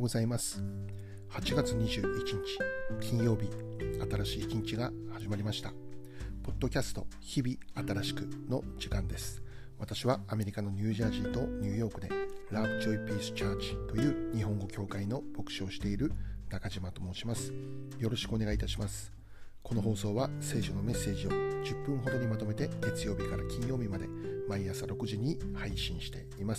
ございます。8月21日金曜日、新しい一日が始まりました。ポッドキャスト日々新しくの時間です。私はアメリカのニュージャージーとニューヨークで Love Joy Peace Church という日本語教会の牧師をしている中島と申します。よろしくお願いいたします。この放送は聖書のメッセージを10分ほどにまとめて月曜日から金曜日まで毎朝6時に配信しています。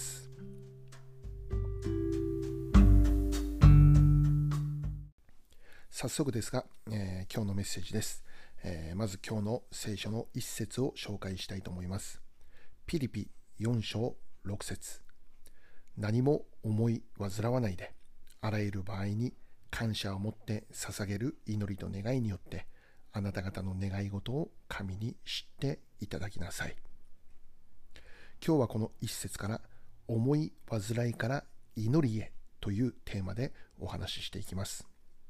早速ですが、今日のメッセージです。まず今日の聖書の一節を紹介したいと思います。ピリピ4章6節。何も思い煩わないで、あらゆる場合に感謝を持って捧げる祈りと願いによって、あなた方の願い事を神に知っていただきなさい。今日はこの一節から思い煩いから祈りへというテーマでお話ししていきます。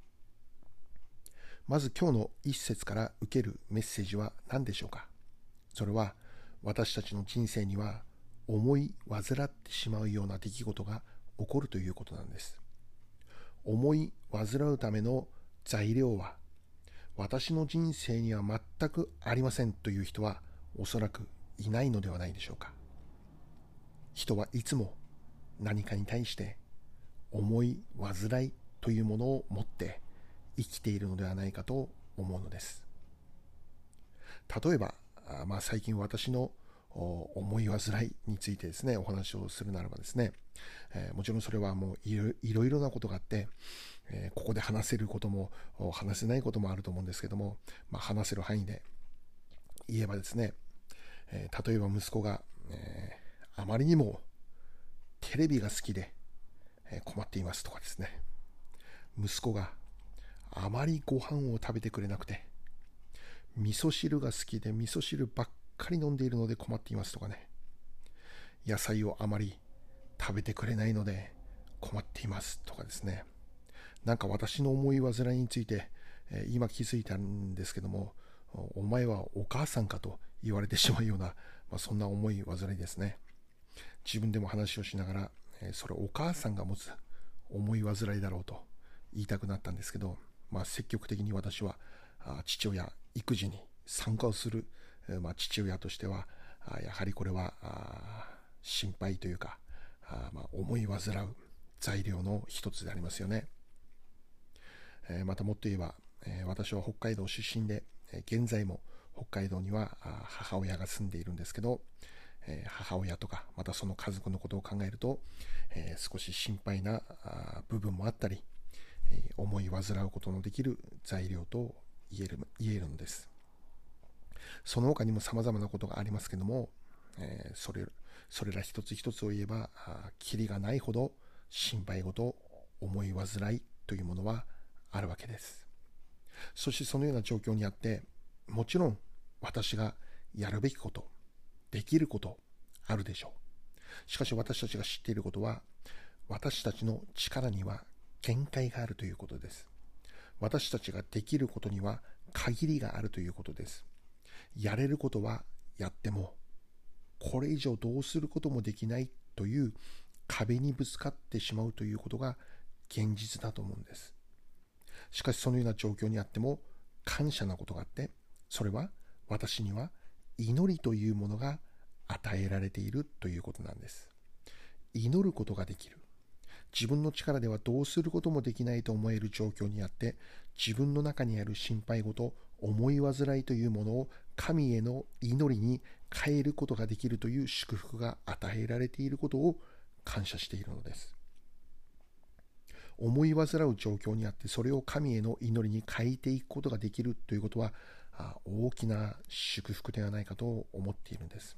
まず今日の一節から受けるメッセージは何でしょうか。それは私たちの人生には思い煩ってしまうような出来事が起こるということなんです。思い煩うための材料は私の人生には全くありませんという人はおそらくいないのではないでしょうか。人はいつも何かに対して思い煩いというものを持って生きているのではないかと思うのです。例えば、最近私の思い煩いについてですね、お話をするならばですね、もちろんそれはもういろいろなことがあって、ここで話せることも話せないこともあると思うんですけども、話せる範囲で言えばですね、例えば息子が、あまりにもテレビが好きで困っていますとかですね、息子があまりご飯を食べてくれなくて、味噌汁が好きで味噌汁ばっかり飲んでいるので困っていますとかね、野菜をあまり食べてくれないので困っていますとかですね、なんか私の思い煩いについて、今気づいたんですけども、お前はお母さんかと言われてしまうような、そんな思い煩いですね。自分でも話をしながら、それお母さんが持つ思い煩いだろうと言いたくなったんですけど、積極的に私は父親育児に参加をする、父親としてはやはりこれは心配というか思い煩う材料の一つでありますよね。またもっと言えば、私は北海道出身で現在も北海道には母親が住んでいるんですけど、母親とかまたその家族のことを考えると、少し心配な部分もあったり、思い煩うことのできる材料と言えるのです。その他にも様々なことがありますけども、それら一つ一つを言えばキリがないほど心配事、思い煩いというものはあるわけです。そしてそのような状況にあって、もちろん私がやるべきこと、できることあるでしょう。しかし私たちが知っていることは、私たちの力には限界があるということです。私たちができることには限りがあるということです。やれることはやっても、これ以上どうすることもできないという壁にぶつかってしまうということが現実だと思うんです。しかしそのような状況にあっても感謝なことがあって、それは私には祈りというものが与えられているということなんです。祈ることができる。自分の力ではどうすることもできないと思える状況にあって、自分の中にある心配事、思い煩いというものを神への祈りに変えることができるという祝福が与えられていることを感謝しているのです。思い煩う状況にあってそれを神への祈りに変えていくことができるということは大きな祝福ではないかと思っているんです。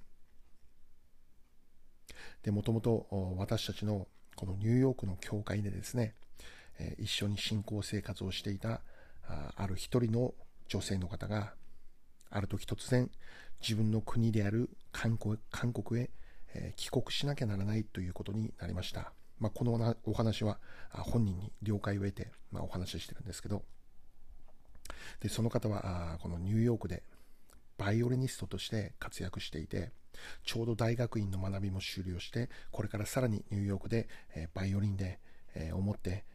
で、もともと私たちのこのニューヨークの教会でですね、一緒に信仰生活をしていたある一人の女性の方がある時突然自分の国である韓国へ帰国しなきゃならないということになりました。このお話は本人に了解を得てお話ししてるんですけど、でその方はこのニューヨークでバイオリニストとして活躍していて、ちょうど大学院の学びも終了して、これからさらにニューヨークでバイオリンでを持って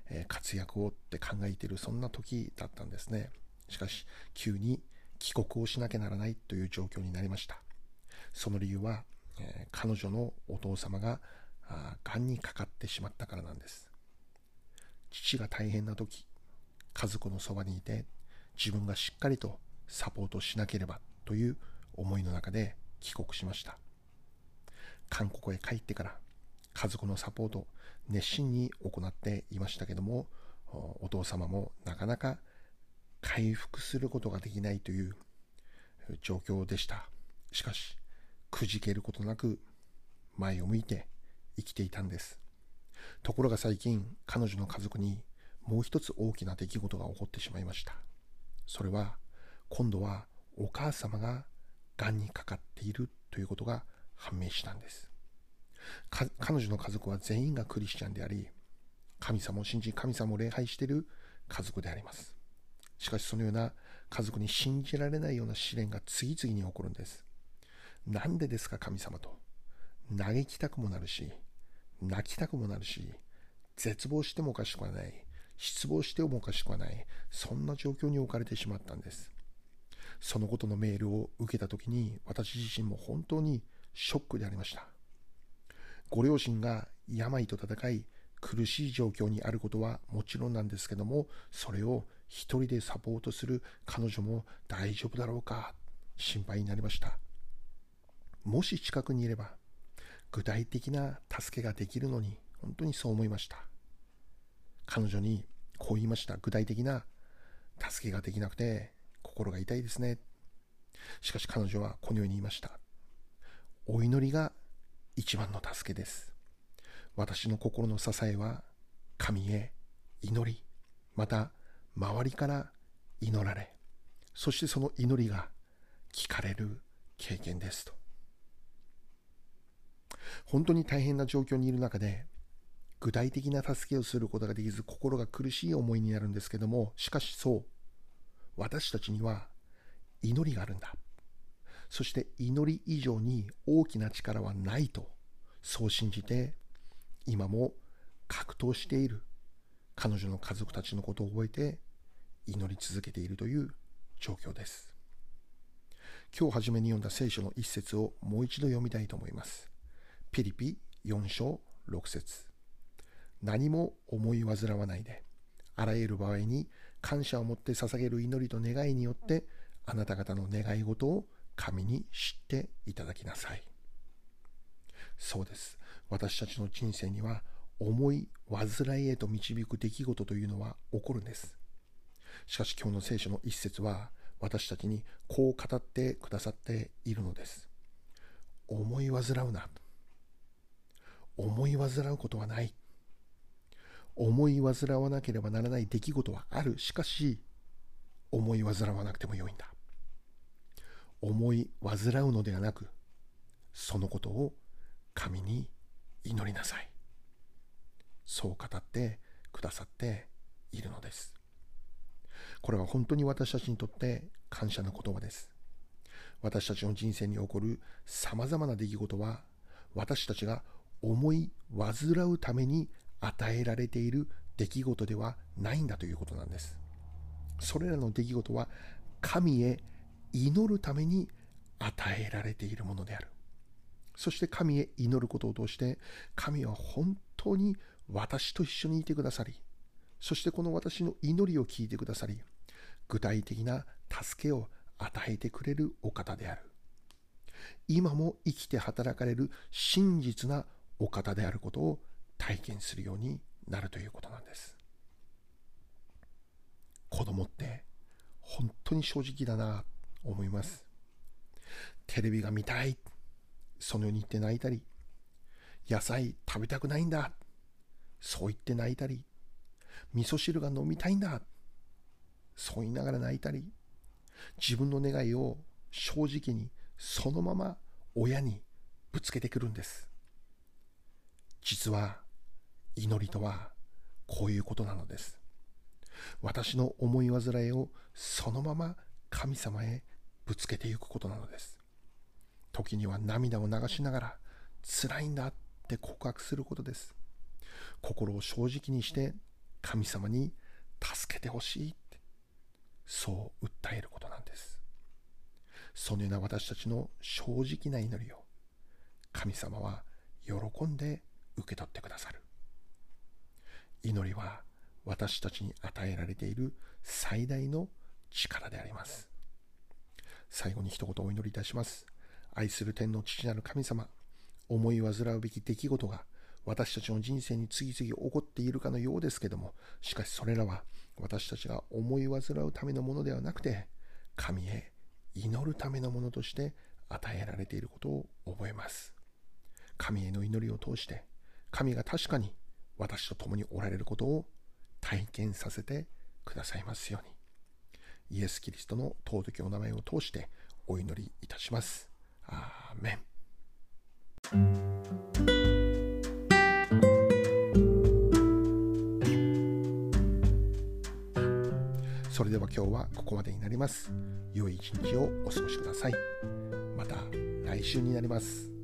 活躍をって考えているそんな時だったんですね。しかし急に帰国をしなきゃならないという状況になりました。その理由は、彼女のお父様ががんにかかってしまったからなんです。父が大変な時、家族のそばにいて自分がしっかりとサポートしなければという思いの中で帰国しました。韓国へ帰ってから家族のサポート熱心に行っていましたけども、お父様もなかなか回復することができないという状況でした。しかしくじけることなく前を向いて生きていたんです。ところが最近、彼女の家族にもう一つ大きな出来事が起こってしまいました。それは今度はお母様ががんにかかっているということが判明したんです。彼女の家族は全員がクリスチャンであり、神様を信じ神様を礼拝している家族であります。しかしそのような家族に信じられないような試練が次々に起こるんです。なんでですか神様と嘆きたくもなるし、泣きたくもなるし、絶望してもおかしくはない、失望してもおかしくはない、そんな状況に置かれてしまったんです。そのことのメールを受けたときに、私自身も本当にショックでありました。ご両親が病と戦い苦しい状況にあることはもちろんなんですけども、それを一人でサポートする彼女も大丈夫だろうか心配になりました。もし近くにいれば具体的な助けができるのに、本当にそう思いました。彼女にこう言いました。具体的な助けができなくて心が痛いですね。しかし彼女はこのように言いました。お祈りが一番の助けです。私の心の支えは神へ祈り、また周りから祈られ、そしてその祈りが聞かれる経験ですと。本当に大変な状況にいる中で具体的な助けをすることができず心が苦しい思いになるんですけども、しかし私たちには祈りがあるんだ。そして祈り以上に大きな力はないと、そう信じて今も格闘している彼女の家族たちのことを覚えて祈り続けているという状況です。今日初めに読んだ聖書の一節をもう一度読みたいと思います。ピリピ4章6節。何も思い煩わないで、あらゆる場合に感謝を持って捧げる祈りと願いによってあなた方の願い事を神に知っていただきなさい。そうです。私たちの人生には思い煩いへと導く出来事というのは起こるんです。しかし今日の聖書の一節は私たちにこう語ってくださっているのです。思い煩うな。思い煩うことはない。思い煩わなければならない出来事はある。しかし思い煩わなくてもよいんだ。思い煩うのではなく、そのことを神に祈りなさい。そう語ってくださっているのです。これは本当に私たちにとって感謝の言葉です。私たちの人生に起こるさまざまな出来事は、私たちが思い煩うために与えられている出来事ではないんだということなんです。それらの出来事は神へ祈るために与えられているものである。そして神へ祈ることを通して神は本当に私と一緒にいてくださり、そしてこの私の祈りを聞いてくださり、具体的な助けを与えてくれるお方である。今も生きて働かれる真実なお方であることを体験するようになるということなんです。子供って本当に正直だなと思います。テレビが見たい、そのように言って泣いたり、野菜食べたくないんだ、そう言って泣いたり、味噌汁が飲みたいんだ、そう言いながら泣いたり、自分の願いを正直にそのまま親にぶつけてくるんです。実は祈りとはこういうことなのです。私の思い煩いをそのまま神様へぶつけていくことなのです。時には涙を流しながら辛いんだって告白することです。心を正直にして神様に助けてほしいってそう訴えることなんです。そのような私たちの正直な祈りを神様は喜んで受け取ってくださる。祈りは私たちに与えられている最大の力であります。最後に一言お祈りいたします。愛する天の父なる神様、思い煩うべき出来事が私たちの人生に次々起こっているかのようですけども、しかしそれらは私たちが思い煩うためのものではなくて、神へ祈るためのものとして与えられていることを覚えます。神への祈りを通して、神が確かに私と共におられることを体験させてくださいますように。イエス・キリストの尊きお名前を通してお祈りいたします。アーメン。それでは今日はここまでになります。良い一日をお過ごしください。また来週になります。